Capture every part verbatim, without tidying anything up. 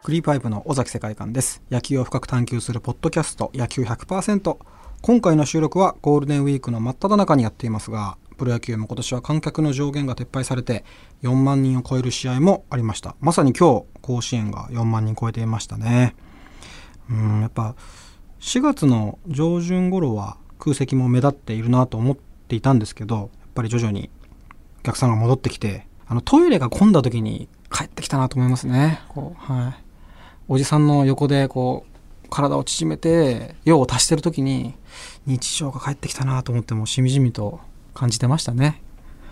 クリーパイプの尾崎世界観です。野球を深く探求するポッドキャスト野球 ひゃくパーセント。 今回の収録はゴールデンウィークの真っ只中にやっていますが、プロ野球も今年は観客の上限が撤廃されてよんまんにんを超える試合もありました。まさに今日甲子園がよんまんにん超えていましたね。うーんやっぱしがつの上旬頃は空席も目立っているなと思っていたんですけど、やっぱり徐々にお客さんが戻ってきて、あのトイレが混んだ時に帰ってきたなと思いますね。こう、はい、おじさんの横でこう体を縮めて用を足してる時に日常が帰ってきたなと思って、もうしみじみと感じてましたね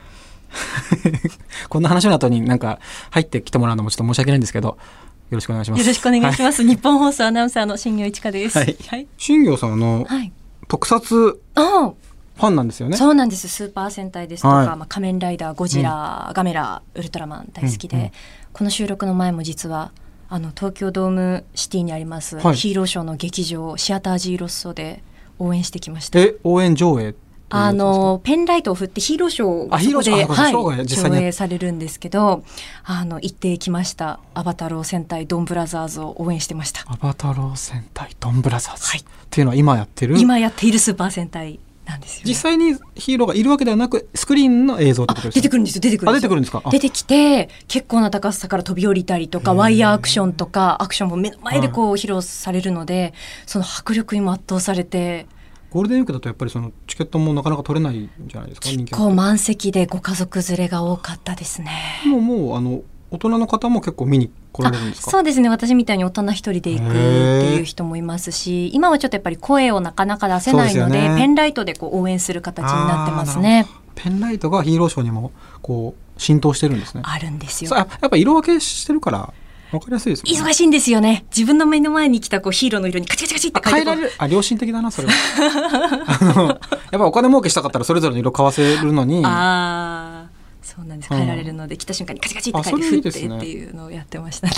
こんな話の後になんか入ってきてもらうのもちょっと申し訳ないんですけど、よろしくお願いします。 よろしくお願いします、はい、日本放送アナウンサーの新業一華です。 はいはい、新業さんの特撮ファンなんですよね。 そうなんです。スーパー戦隊ですとか、 はいまあ、仮面ライダー、ゴジラ、うん、ガメラ、ウルトラマン大好きで、うんうん、この収録の前も実はあの東京ドームシティにあります、はい、ヒーローショーの劇場シアター G ロッソで応援してきました。 え応援上映あのペンライトを振ってヒーローショーがそこで、はい、上映されるんですけど、あの行ってきました。アバタロー戦隊ドンブラザーズを応援してました。 アバタロー戦隊ドンブラザーズ、はい、っていうのは今やってる今やっているスーパー戦隊なんですよね。 実際にヒーローがいるわけではなくスクリーンの映像ってことですか？ 出てくるんですよ。出てくるんですよ。あ、出てくるんですか？出てきて結構な高さから飛び降りたりとか、ワイヤーアクションとかアクションも目の前でこう披露されるので、はい、その迫力にも圧倒されて、 ゴールデンウィークだとやっぱりそのチケットもなかなか取れないんじゃないですか？ 結構満席でご家族連れが多かったですね。 もう、もうあの大人の方も結構見に来られるんですか？ そうですね。私みたいに大人一人で行くっていう人もいますし、今はちょっとやっぱり声をなかなか出せないの で, で、ね、ペンライトでこう応援する形になってますね。 ペンライトがヒーローショーにもこう浸透してるんですね。 あるんですよ。 やっぱ色分けしてるから分かりやすいですね。 忙しいんですよね。自分の目の前に来たこうヒーローの色にカチカチカチって変えられる。あ、良心的だなそれはあのやっぱお金儲けしたかったらそれぞれの色買わせるのに、 ああそうなんです。変えられるので、うん、来た瞬間にカチカチって変えて振ってっていうのをやってましたね。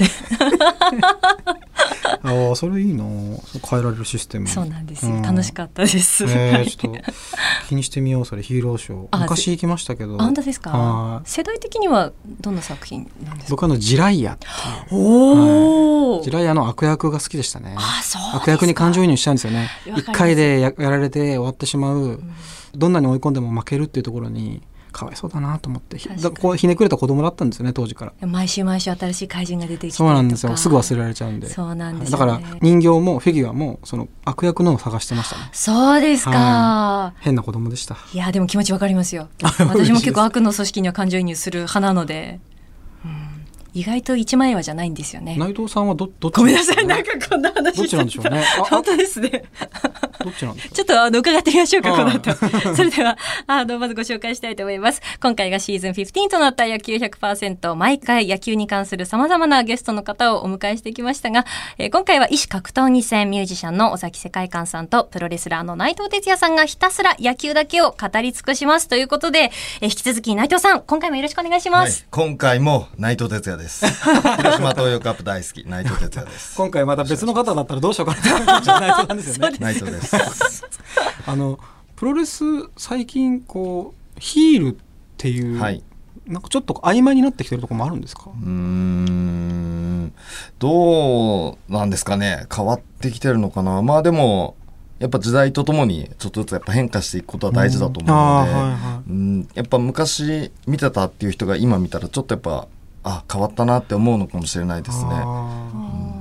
ああそれいいな、変えられるシステム。 そうなんですよ、うん、楽しかったです、 えー、ちょっと気にしてみよう。それヒーローショー昔行きましたけど。 あ、本当ですか？世代的にはどんな作品なんですか？ 僕はあのジライアっていう、 お、 はい、ジライアの悪役が好きでしたね。 あ、そうですか。 悪役に感情移入しちゃうんですよね。一回で や, やられて終わってしまう、うん、どんなに追い込んでも負けるっていうところにかわいそうだなと思って、だこうひねくれた子供だったんですよね当時から。 毎週毎週新しい怪人が出てきて、 そうなんですよ。すぐ忘れられちゃうんで。 そうなんですよね。 だから人形もフィギュアもその悪役のを探してましたね。 そうですか、 はい、変な子供でした。 いやでも気持ちわかりますよ私も結構悪の組織には感情移入する派なので、うん、意外と一枚岩じゃないんですよね。 内藤さんは ど, どっち、 ごめんなさい、なんかこんな話どっちなんでしょうね。 本当ですねどっちなんですか？ ちょっとあの伺ってみましょうかこの後それではあのまずご紹介したいと思います。今回がシーズンじゅうごとなった野球 ひゃくパーセント、 毎回野球に関する様々なゲストの方をお迎えしてきましたが、えー、今回は異種格闘技戦ミュージシャンの尾崎世界観さんとプロレスラーの内藤哲也さんがひたすら野球だけを語り尽くしますということで、えー、引き続き内藤さん今回もよろしくお願いします。 はい、今回も内藤哲也です広島東洋カップ大好き内藤哲也です。 今回また別の方だったらどうしようかなって内藤さんですよね。 内藤ですあのプロレス最近こうヒールっていう、はい、なんかちょっと曖昧になってきてるところもあるんですか？ うーんどうなんですかね。変わってきてるのかな。まあでもやっぱ時代とともにちょっとずつやっぱ変化していくことは大事だと思うので、うん、はいはい、うん、やっぱ昔見てたっていう人が今見たらちょっとやっぱあ変わったなって思うのかもしれないですね。うん、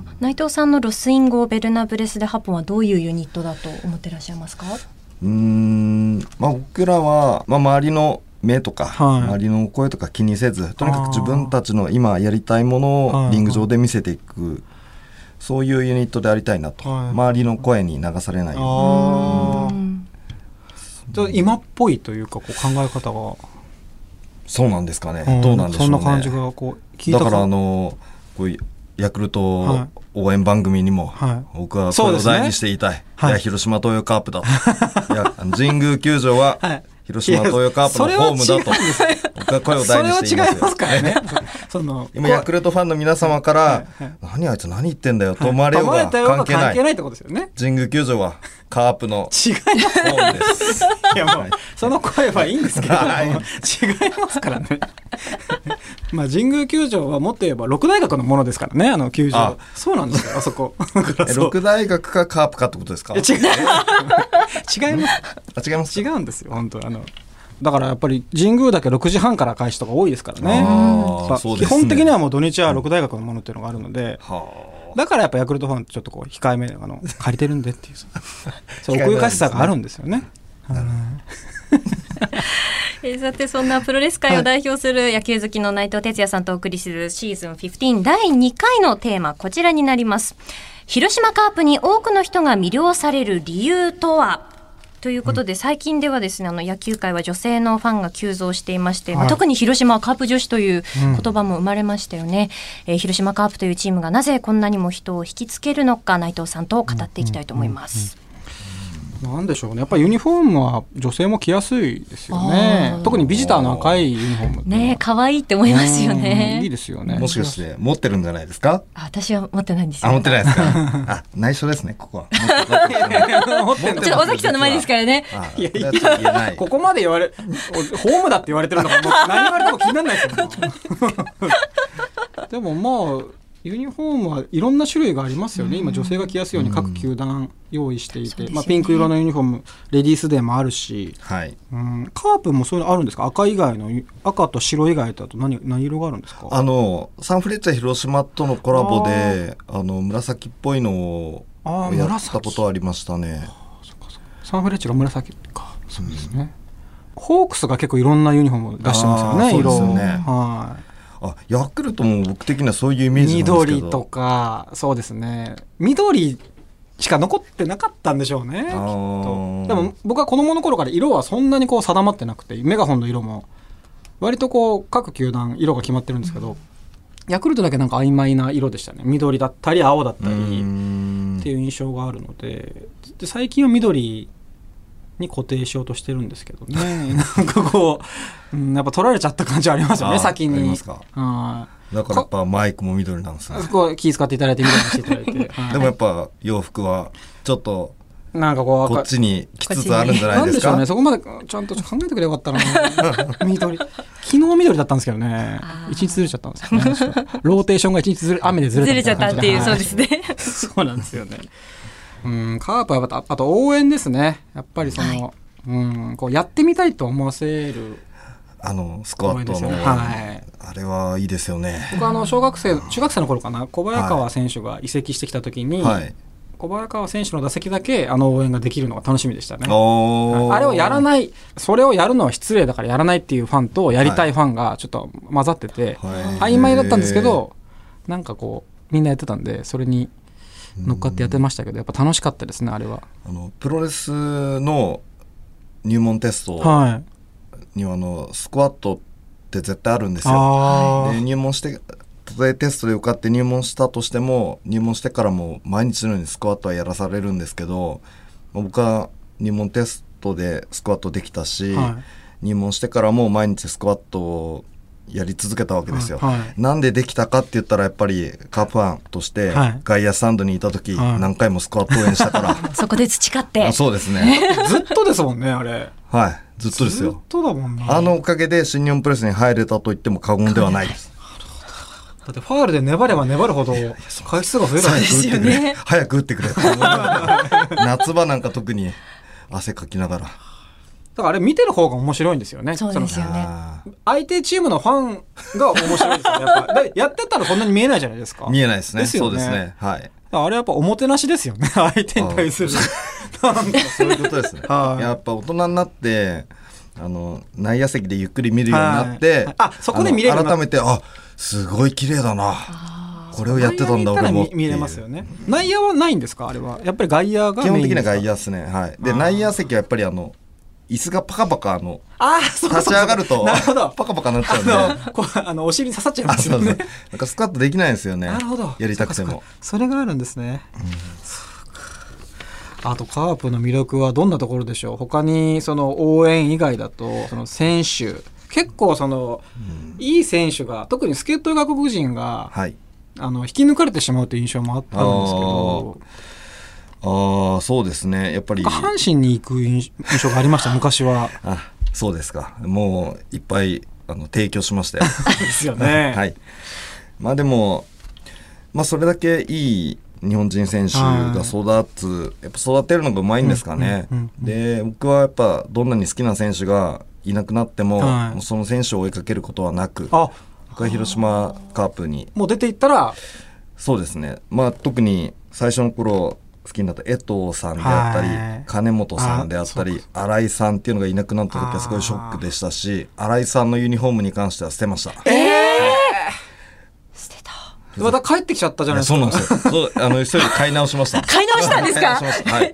内藤さんのロスインゴベルナブレスでハポンはどういうユニットだと思ってらっしゃいますか？ うーん、まあ、僕らは、まあ、周りの目とか、はい、周りの声とか気にせず、とにかく自分たちの今やりたいものをリング上で見せていく、はい、そういうユニットでありたいなと、はい、周りの声に流されないように。あ、うん、 じゃあ今っぽいというかこう考え方がそうなんですかね、うん、どうなんでしょうね。 そんな感じがこう聞いたか。 だからあのこうヤクルト応援番組にも、はい、僕はそれを大にして言いたい、はい、いや広島東洋カープだといや神宮球場は広島東洋カープのホームだと僕は声を大にして言いますよ。 それは違いますからねその今ヤクルトファンの皆様から、はいはい、何あいつ何言ってんだよと思われようが関係ない、はい、 関係ないってことですよね。 神宮球場はカープの違いますいやもう、はい、その声はいいんですけど、はい、違いますからねまあ神宮球場はもっと言えば六大学のものですからね、あの球場。あそうなんですよ、あそこ六大学かカープかってことですか。 違う違いますあ違います違うんですよ本当。あのだからやっぱり神宮だけろくじはんから開始とか多いですからね。 あそうですね、 基本的にはもう土日は六大学のものっていうのがあるので、うん、だからやっぱヤクルトファンちょっとこう控えめあの借りてるんでっていうそう奥ゆかしさがあるんですよね。 えさてそんなプロレス界を代表する野球好きの内藤哲也さんとお送りするシーズンじゅうごだいにかいのテーマ、こちらになります。広島カープに多くの人が魅了される理由とは、ということで、うん、最近ではですね、あの野球界は女性のファンが急増していまして、はい、まあ、特に広島はカープ女子という言葉も生まれましたよね、うん、えー、広島カープというチームがなぜこんなにも人を引きつけるのか、内藤さんと語っていきたいと思います。 うんうんうん、なんでしょうね、やっぱりユニフォームは女性も着やすいですよね。特にビジターの赤いユニフォームね、可愛いって思いますよね。 いいですよね。 もしかして持ってるんじゃないですか。 あ、私は持ってないんですよ。 あ、持ってないですかあ、内緒ですね、ここは。 持ってちょっと尾崎さんの前ですからね。 いやいや、ここまで言われホームだって言われてるのがもう何言われても気にならないですよでもまあユニフォームはいろんな種類がありますよね、うん、今女性が着やすいように各球団用意していて、うん、まあ、ピンク色のユニフォームレディースデーもあるし、はい、うん、カープもそういうのあるんですか。赤以外の赤と白以外だと 何, 何色があるんですか。 あのサンフレッチェ広島とのコラボであの紫っぽいのをやったことありましたね。 サンフレッチェが紫か。そうですね、うん、ホークスが結構いろんなユニフォーム出してますよね。 そうですよね、 はい、 あ、ヤクルトも僕的にはそういうイメージなんですけど、 緑とかそうですね、緑しか残ってなかったんでしょうね、きっと。でも僕は子供の頃から色はそんなにこう定まってなくて、メガホンの色も割とこう各球団色が決まってるんですけど、うん、ヤクルトだけなんか曖昧な色でしたね。緑だったり青だったりっていう印象があるので、で最近は緑に固定しようとしてるんですけどねなんかこう、うん、やっぱ取られちゃった感じはありますよね、先に。ありますか。 あ、だからやっぱマイクも緑なんですね。 そこ気遣っていただいて緑にしていただいて、はい、 でもやっぱ洋服はちょっとなんかこうこっちに来つつあるんじゃないですか。なんでしょうね、そこまでちゃんと考えてくれよかったな緑、昨日緑だったんですけどね、一日ずれちゃったんですよねローテーションが一日ずれ雨でずれたずれちゃったっていう、そうですねそうなんですよね。うん、カープはあと応援ですね。やっぱりその、はい、うん、こうやってみたいと思わせるあのスクワットの、ね、はい、あれはいいですよね。 僕はあの小学生中学生の頃かな、小早川選手が移籍してきた時に、はい、小早川選手の打席だけあの応援ができるのが楽しみでしたね。あれをやらない、それをやるのは失礼だからやらないっていうファンとやりたいファンがちょっと混ざってて、はい、曖昧だったんですけど、なんかこうみんなやってたんでそれに乗っかってやってましたけど、やっぱ楽しかったですね。あれはあのプロレスの入門テストにはあのスクワットって絶対あるんですよ。で入門してたとえテストで受かって入門したとしても、入門してからも毎日のようにスクワットはやらされるんですけど、僕は入門テストでスクワットできたし、はい、入門してからも毎日スクワットをやり続けたわけですよ、はいはい、なんでできたかって言ったらやっぱりカープファンとして外野スタンドにいた時、はい、何回もスクワット応援したからそこで培って。 あ、そうですねずっとですもんね、あれ。 はい、ずっとですよ。 ずっとだもんね。 あのおかげで新日本プロレスに入れたと言っても過言ではないです。 だってファールで粘れば粘るほど回数が増えたんですよね。 早く打ってくれ夏場なんか特に汗かきながら、 だからあれ見てる方が面白いんですよね。 そうですよね。 相手チームのファンが面白いですよね。やっぱだやってたらそんなに見えないじゃないですか。 見えないですね。 ですよね。 そうですね。はい。 あれやっぱおもてなしですよね。相手に対する。 なんかそういうことですね。やっぱ大人になってあの内野席でゆっくり見るようになって、はい、 あそこで見れる。 改めてあすごい綺麗だな。これをやってたんだ俺も。 見れますよね。内野はないんですかあれは。やっぱり外野がメインですか。基本的には外野ですね。はい。で内野席はやっぱりあの椅子がパカパカのあそうそうそう立ち上がるとなるほどパカパカなっちゃうんで、 あのこうあのお尻に刺さっちゃいますよね。 そうそうなんかスクワットできないんですよね。 なるほど。 やりたくてもそ, そ, それがあるんですね、うん、あとカープの魅力はどんなところでしょう。他にその応援以外だとその選手結構その、うん、いい選手が特に助っ人外国人が、 はい、 あの引き抜かれてしまうという印象もあったんですけど、 ああそうですね、やっぱり阪神に行く印象がありました昔は。 あ、そうですか。もういっぱいあの提供しましたよ。 ですよね。 はい。まあでも、まあそれだけいい日本人選手が育つ、やっぱ育てるのがうまいんですかね。うんうんうんうん、で、僕はやっぱどんなに好きな選手がいなくなっても、はい、もうその選手を追いかけることはなく、あ、僕は広島カープにもう出ていったら、 そうですね。まあ特に最初の頃好きになった江藤さんであったり、金本さんであったり、新井さんっていうのがいなくなった時はすごいショックでしたし、新井さんのユニフォームに関しては捨てました。 えー、捨てた。また帰ってきちゃったじゃないですか。 そうなんですよ。そうあの急いで買い直しました。 買い直したんですか。 買い直しました。はい。いや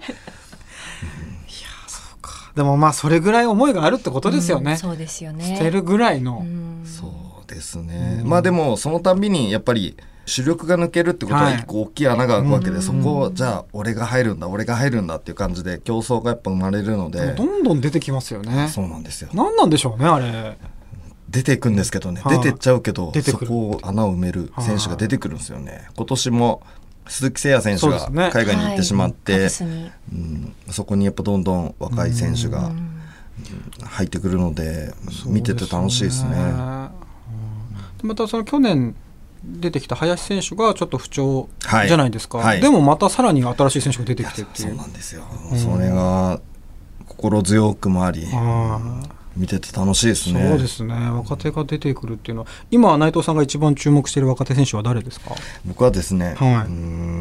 そうか。でもまあそれぐらい思いがあるってことですよね。うん、 そうですよね。 捨てるぐらいの。 うん、 そうですね。まあでもそのたびにやっぱり主力が抜けるってことは一個大きい穴が開くわけで、はい、そこをじゃあ俺が入るんだ俺が入るんだっていう感じで競争がやっぱ生まれるので、 どんどん出てきますよね。 そうなんですよ。 何なんでしょうねあれ。 出ていくんですけどね、 はあ、 出てっちゃうけどそ出てくる、 こを穴を埋める選手が出てくるんですよね。はあ、今年も鈴木誠也選手が海外に行ってしまって、ね、はい、うん、そこにやっぱどんどん若い選手が入ってくるので、見てて楽しいですね。 またその去年出てきた林選手がちょっと不調じゃないですか、 はいはい、 でもまたさらに新しい選手が出てきてっていう。 そうなんですよ、うん、それが心強くもあり、見てて楽しいですね。 そうですね、若手が出てくるっていうのは、今内藤さんが一番注目している若手選手は誰ですか。 僕はですね、はい、うー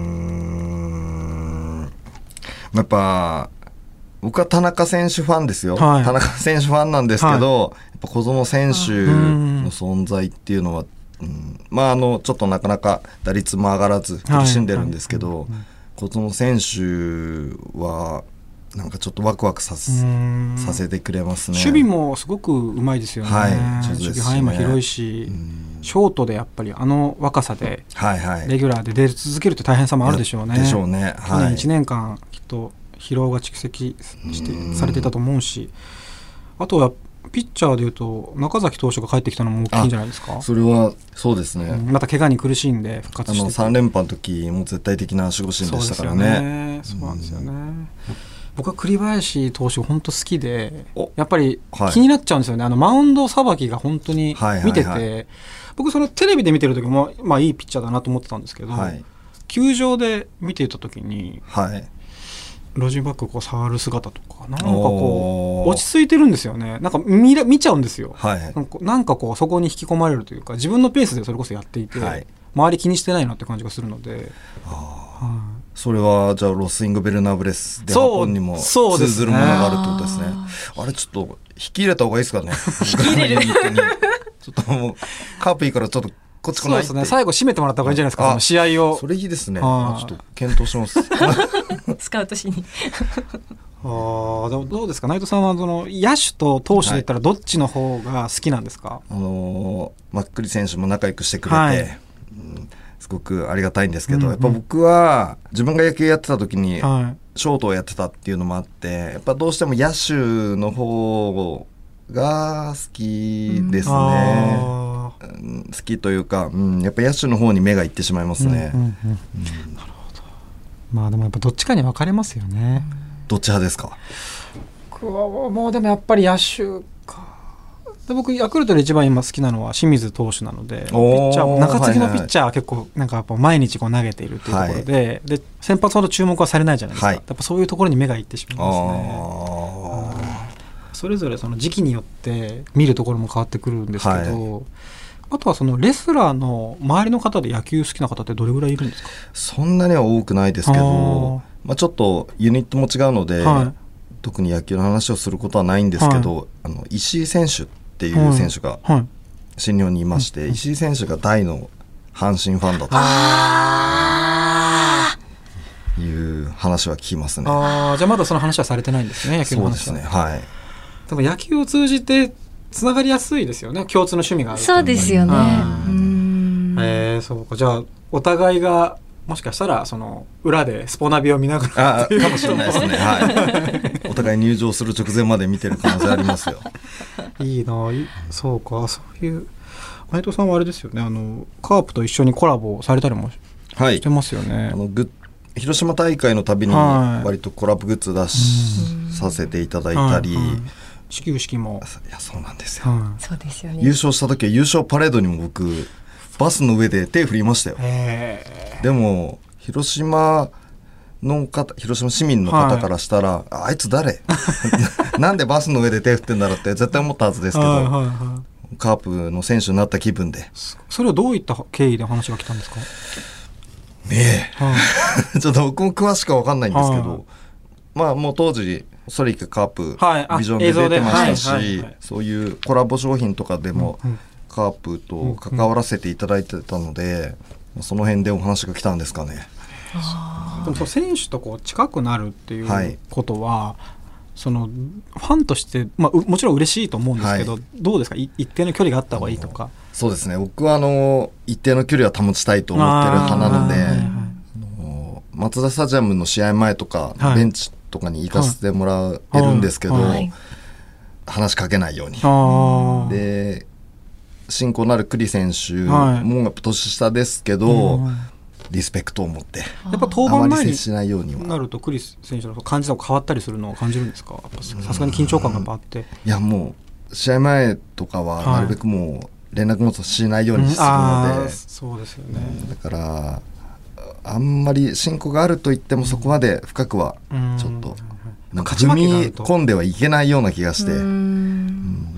んやっぱ僕は田中選手ファンですよ、はい、田中選手ファンなんですけど、はい、やっぱ小園選手の存在っていうのは、うん、まああのちょっとなかなか打率も上がらず苦しんでるんですけど、はい、小園選手はなんかちょっとワクワクさせ、させてくれますね。 守備もすごくうまいですよね、はい、守備範囲も広いし、ショートでやっぱりあの若さでレギュラーで出続けると大変さもあるでしょうね。 でしょうね、はい、 去年いちねんかんきっと疲労が蓄積してされてたと思うし、あとはピッチャーでいうと中崎投手が帰ってきたのも大きいんじゃないですか。 それはそうですね、 うん、また怪我に苦しんで復活して、あのさん連覇の時も絶対的な守護神でしたからね。 そうなんですよね、うん、僕は栗林投手本当好きで、やっぱり気になっちゃうんですよね、はい、あのマウンドさばきが本当に見てて、はいはいはい、僕そのテレビで見てる時も、まあ、いいピッチャーだなと思ってたんですけど、はい、球場で見ていた時に、はい、ロジンバッグこう触る姿とかなんかこう落ち着いてるんですよね。なんか 見, 見ちゃうんですよ、はい、なんか、なんかこうそこに引き込まれるというか、自分のペースでそれこそやっていて、はい、周り気にしてないなって感じがするので、あ、 はい、それはじゃあロスイングベルナブレスで本にも通ずるものがあるってことですね。あれちょっと引き入れた方がいいですかね。 引き入れるちょっともうカープいいからちょっとこっち来ないって。 そうですね、最後締めてもらった方がいいんじゃないですか、その試合を。 それいいですね、ちょっと検討しますスカウトしにあ、でもどうですか、内藤さんはその野手と投手で言ったらどっちの方が好きなんですか。はい、 あのー、マックリ選手も仲良くしてくれて、はい、うん、すごくありがたいんですけど、うんうん、やっぱ僕は自分が野球やってた時にショートをやってたっていうのもあって、やっぱどうしても野手の方が好きですね、うん、好きというか、うん、やっぱ野手の方に目がいってしまいますね。 うんうんうんうん、なるほど。まあでもやっぱどっちかに分かれますよね。 どっち派ですか。 僕はもうでもやっぱり野手か。で僕ヤクルトで一番今好きなのは清水投手なので、ピッチャー中継ぎのピッチャーは結構なんかやっぱ毎日こう投げているというところで、はい、で先発ほど注目はされないじゃないですか、はい、やっぱそういうところに目がいってしまいますね。それぞれその時期によって見るところも変わってくるんですけど、はい、あとはそのレスラーの周りの方で野球好きな方ってどれぐらいいるんですか。 そんなには多くないですけど、まあ、ちょっとユニットも違うので、はい、特に野球の話をすることはないんですけど、はい、あの石井選手っていう選手が新日本にいまして、はいはい、石井選手が大の阪神ファンだという話は聞きますね。 あ、じゃあまだその話はされてないんですね、野球の話は。 そうですね、はい。 でも野球を通じてつながりやすいですよね、共通の趣味がある。 そうですよね。 うん、えー、そうか。じゃあお互いがもしかしたらその裏でスポナビを見ながらあかもしれないですね、はい、お互い入場する直前まで見てる可能性ありますよ。 いいな。いそうか、そういう内藤さんはあれですよね、あのカープと一緒にコラボされたりもしてますよね。 あのグ広島大会のたびに割とコラボグッズ出し、はい、させていただいたり、はいはい、 始球式もいやそうなんですよ、 はい、そうですよね。 優勝した時は優勝パレードにも僕バスの上で手振りましたよ。でも広島の方、広島市民の方からしたら、はい、あ, あいつ誰なんでバスの上で手振ってんだろうって絶対思ったはずですけど、はいはいはい、カープの選手になった気分で。 それはどういった経緯で話が来たんですかねえ、はい、ちょっと僕も詳しくは分かんないんですけど、はい、まあもう当時ソリックカープ、はい、ビジョンで出てましたし、はいはいはい、そういうコラボ商品とかでもカープと関わらせていただいてたので、うん、その辺でお話が来たんですかね。 でも選手とこう近くなるっていうことは、はい、そのファンとして、まあ、もちろん嬉しいと思うんですけど、はい、どうですか、一定の距離があった方がいいとか。 そうですね、僕はあの一定の距離は保ちたいと思ってる派なので、はいはい、あのマツダスタジアムの試合前とか、はい、ベンチとかに行かせてもらえるんですけど、はい、話しかけないように、はい、で親交のある栗選手もやっぱ年下ですけど、はい、リスペクトを持ってやっぱ登板前になるとクリス選手の感じが変わったりするのを感じるんですか。さすがに緊張感があって。 いやもう試合前とかはなるべくもう連絡もしないようにするので、うん、 そうですよね。 だからあんまり親交があると言ってもそこまで深くはちょっとなんか踏み込んではいけないような気がして。うん、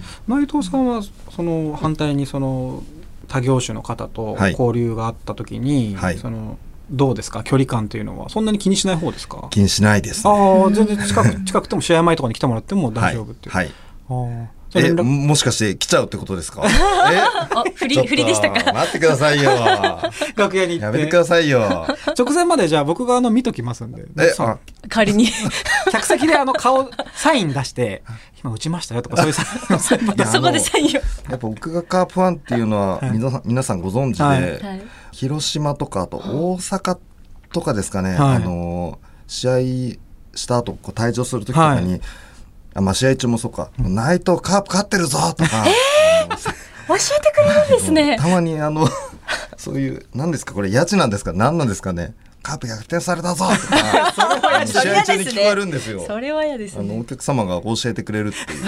内藤さんはその反対にその他業種の方と交流があった時に、はい、そのどうですか、距離感というのはそんなに気にしない方ですか。 気にしないですね。 ああ、全然近く近くても試合前とかに来てもらっても大丈夫っていう、はいはい、 あえもしかして来ちゃうってことですか。えあ振り振りでしたか。 待ってくださいよ楽屋に行ってやめてくださいよ。 直前までじゃあ僕があの見ときますんで、 え代わりに客席であの顔サイン出して今打ちましたよとかそういうサインそこでサインを。 やっぱ僕がカープファンっていうのは皆さん、皆さんご存知で、はい、広島とかあと大阪とかですかね、はい、あの試合した後こう退場する時とかに、はい、あまあ、試合中もそうか、うん、内藤カープ勝ってるぞとか、 えー、教えてくれるんですね。 たまにあのそういう何ですかこれヤジなんですか何なんですかね、カープ逆転されたぞとか試合中に聞こえるんですよ。 それは嫌ですね。 あのお客様が教えてくれるっていう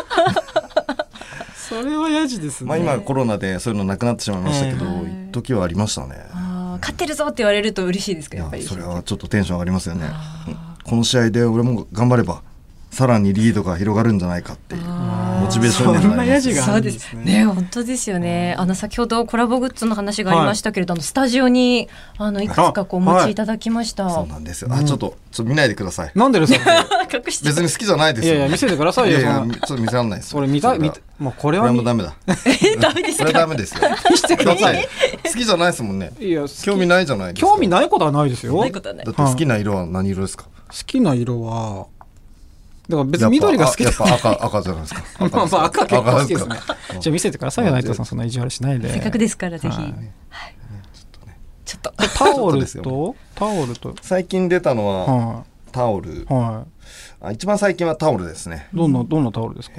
それはヤジですね。 まあ、今コロナでそういうのなくなってしまいましたけど、一時はありましたね。 あ勝ってるぞって言われると嬉しいですか。やっぱりそれはちょっとテンション上がりますよね。この試合で俺も頑張ればさらにリードが広がるんじゃないかっていうモチベーションになります。 そうですね。本当ですよね。あの先ほどコラボグッズの話がありましたけれども、はい、スタジオにあのいくつかこうお持ちいただきました。はい、 そうなんですよ。あ、ちょっとちょっと見ないでください。 なんでですか。 隠して別に好きじゃないですよ。 いやいや見せてくださいよ。 いやいやちょっと見せられないです。 これ見たい。もうこれはもうダメだ。 えダメですか。 これダメですよ。見せてください。好きじゃないですもんね。いや興味ないじゃないですか。 興味ないことはないですよ。 ないことはない。 だって好きな色は何色ですか。 好きな色は。だから別に緑が好きだ。 やっぱ赤赤じゃないですか。 まあまあ赤結構好きですね。じゃあ見せてくださいよ内藤さん、そんな意地悪しないで。 せっかくですからぜひ。はい。ちょっとタオルとタオルと最近出たのはタオル。はい。あ一番最近はタオルですね。 どんなどんなタオルですか。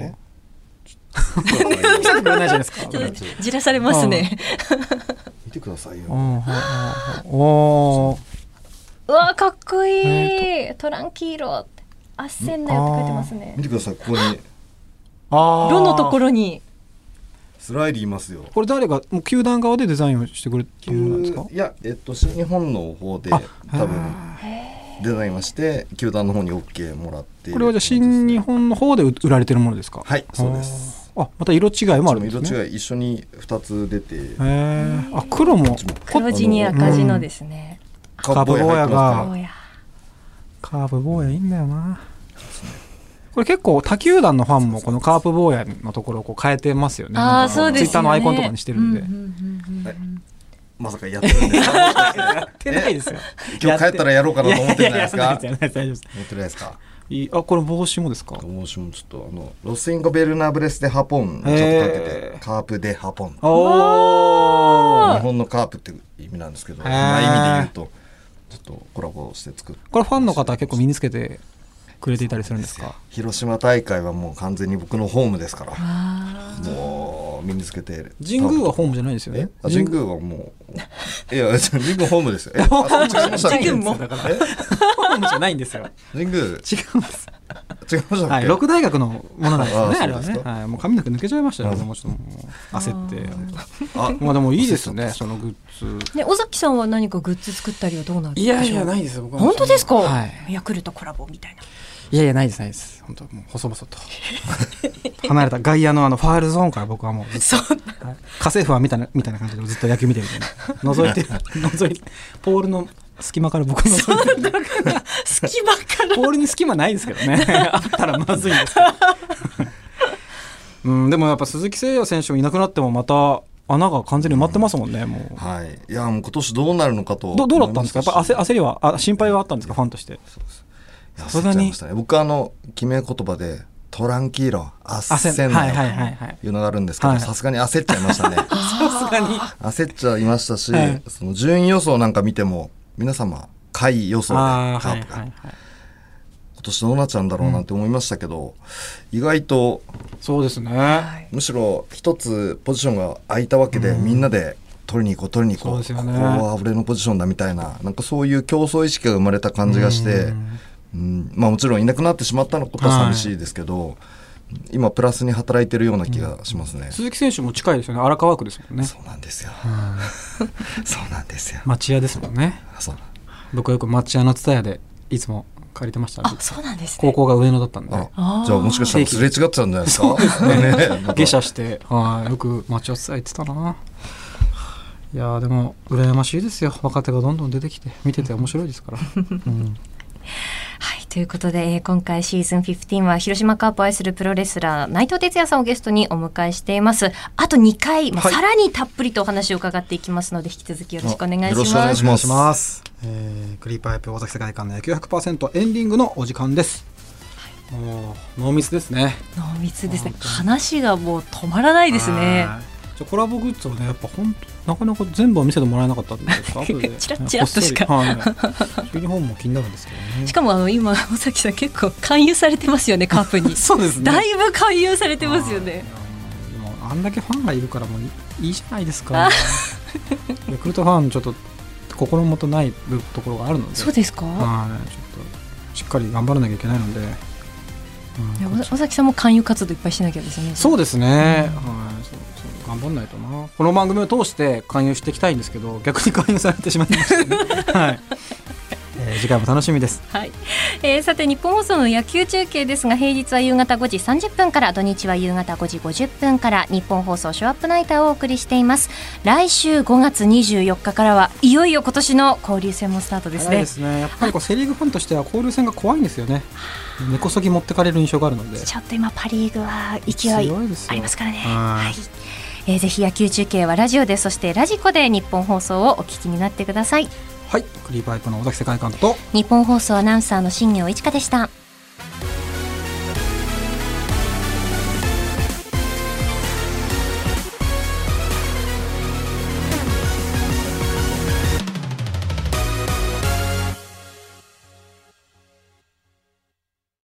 見せてくれないじゃないですか。 じらされますね。 見てくださいよ。 おお。 うわかっこいい。トランキーロ。あっせんだよって書いてますね。 見てください、ここにあロのところにスライリーいますよ。 これ誰がもう球団側でデザインをしてくれてるんですか。 いや、えっと新日本の方で多分デザインはして球団の方に OK もらっている。 これはじゃあ新日本の方で売られてるものですか。 はい、そうです。 あ、また色違いもあるんですね。 色違い一緒にふたつ出て、 へあ黒も黒地に赤字のですね、 うん、カーブ坊やがカーブ坊やいいんだよな。これ結構他球団のファンもこのカープ坊やのところをこう変えてますよね。 ああそうですよね。 ツイッターのアイコンとかにしてるんで、うんうんうんうん、まさかやってるんですか。 やってないですよ。 今日帰ったらやろうかなと思ってるじゃないですか。 大丈夫です。 思ってないですか。 いいあこれ帽子もですか。 帽子もちょっとあのロスインゴベルナブレスでハポンちょっとかけてカープでハポン。お日本のカープって意味なんですけど、まあ意味で言うとちょっとコラボして作って。 これファンの方は結構身につけてくれていたりするんですか。 広島大会はもう完全に僕のホームですから。 もう身につけて。 神宮はホームじゃないですよね。 あ神宮はもういや神宮ホームですよ。えあそう違いましたっけ。 神宮もだからホームじゃないんですよ。 神宮違い違うんです。 ましたっけ。 はい、六大学のものなんですよね。 ああれはね。 そうですかはい、もう髪の毛抜けちゃいましたよ。 あもうちょっともう焦って。 あまあでもいいですね。そのグッズ。 ね、尾崎さんは何かグッズ作ったりはどうなんですか。 いやいやないですよ。僕は本当ですか、 はい。 ヤクルトコラボみたいな。 いやいやないですないです。本当もう細々と離れた外野のあのファールゾーンから僕はもうそんなはい、家政婦はみたいなみたいな感じでずっと野球見てるみたいな覗いて覗いてポールの隙間から僕のそんな隙間からポールに隙間ないですけどねあったらまずいんですけどうんでもやっぱ鈴木誠也選手もいなくなってもまた穴が完全に埋まってますもんね、うん、もうはいいやもう今年どうなるのかとどどうだったんですか。やっぱ焦焦りはあ心配はあったんですかファンとして。 さすがに僕あの決め言葉でトランキーロ焦んないというのがあるんですけどさすがに焦っちゃいましたね。 さすがに焦っちゃいましたし、はい、その順位予想なんか見ても皆様下位予想でカープが、はいはいはい、今年どうなっちゃうんだろうなんて思いましたけど、うん、意外とそうですね。 むしろ一つポジションが空いたわけで、うん、みんなで取りに行こう取りに行こう、そうですよね、ここは俺のポジションだみたいななんかそういう競争意識が生まれた感じがして、うんうん、まあもちろんいなくなってしまったのことは寂しいですけど、はい、今プラスに働いてるような気がしますね、うん、 鈴木選手も近いですよね。荒川区ですもんね。 そうなんですよ、うん、そうなんですよ。 町屋ですもんね。 そう僕はよく町屋の蔦屋でいつも借りてました。 あ、そうなんですね。 高校が上野だったんで。 あじゃあもしかしたらすれ違ってたんじゃないですか。そうですね下車してはいよく町屋蔦屋行ってたな。いやでも羨ましいですよ。若手がどんどん出てきて見てて面白いですから、うんはい、ということで、えー、今回シーズンじゅうごは広島カープを愛するプロレスラー内藤哲也さんをゲストにお迎えしています。あとにかい、まあはい、さらにたっぷりとお話を伺っていきますので引き続きよろしくお願いします。よろしくお願いします。 ます、えー、クリーパイプ尾崎世界観の野球 ひゃくパーセント エンディングのお時間です、はい、もう濃密ですね。 濃密ですね。話がもう止まらないですね。 じゃコラボグッズをねやっぱ本当なかなか全部は見せてもらえなかったんですか。 チラッチラッとしか、 はい、ユニフォームも気になるんですけどね。 しかもあの今尾崎さん結構勧誘されてますよねカープに。 そうですね。 だいぶ勧誘されてますよね。 あでもあんだけファンがいるからもういいじゃないですか。ヤクルトファンちょっと心もとないところがあるので。 そうですか。 はいちょっとしっかり頑張らなきゃいけないので、 うん、尾崎さんも勧誘活動いっぱいしなきゃですね。 そうですね、うん、はいそう頑張んないとな。この番組を通して勧誘していきたいんですけど逆に勧誘されてしまいましたね、はいえー、次回も楽しみです、 はいえー、さて日本放送の野球中継ですが平日は夕方ごじさんじゅっぷんから土日は夕方ごじごじゅっぷんから日本放送ショーアップナイターをお送りしています。来週ごがつにじゅうよっかからはいよいよ今年の交流戦もスタートですね。 早いですね。やっぱりこうセリーグファンとしては交流戦が怖いんですよね。根こそぎ持ってかれる印象があるのでちょっと今パリーグは勢いありますからね。はいえー、ぜひ野球中継はラジオでそしてラジコで日本放送をお聞きになってください。 はいクリーパイプの尾崎世界観と日本放送アナウンサーの新業一華でした。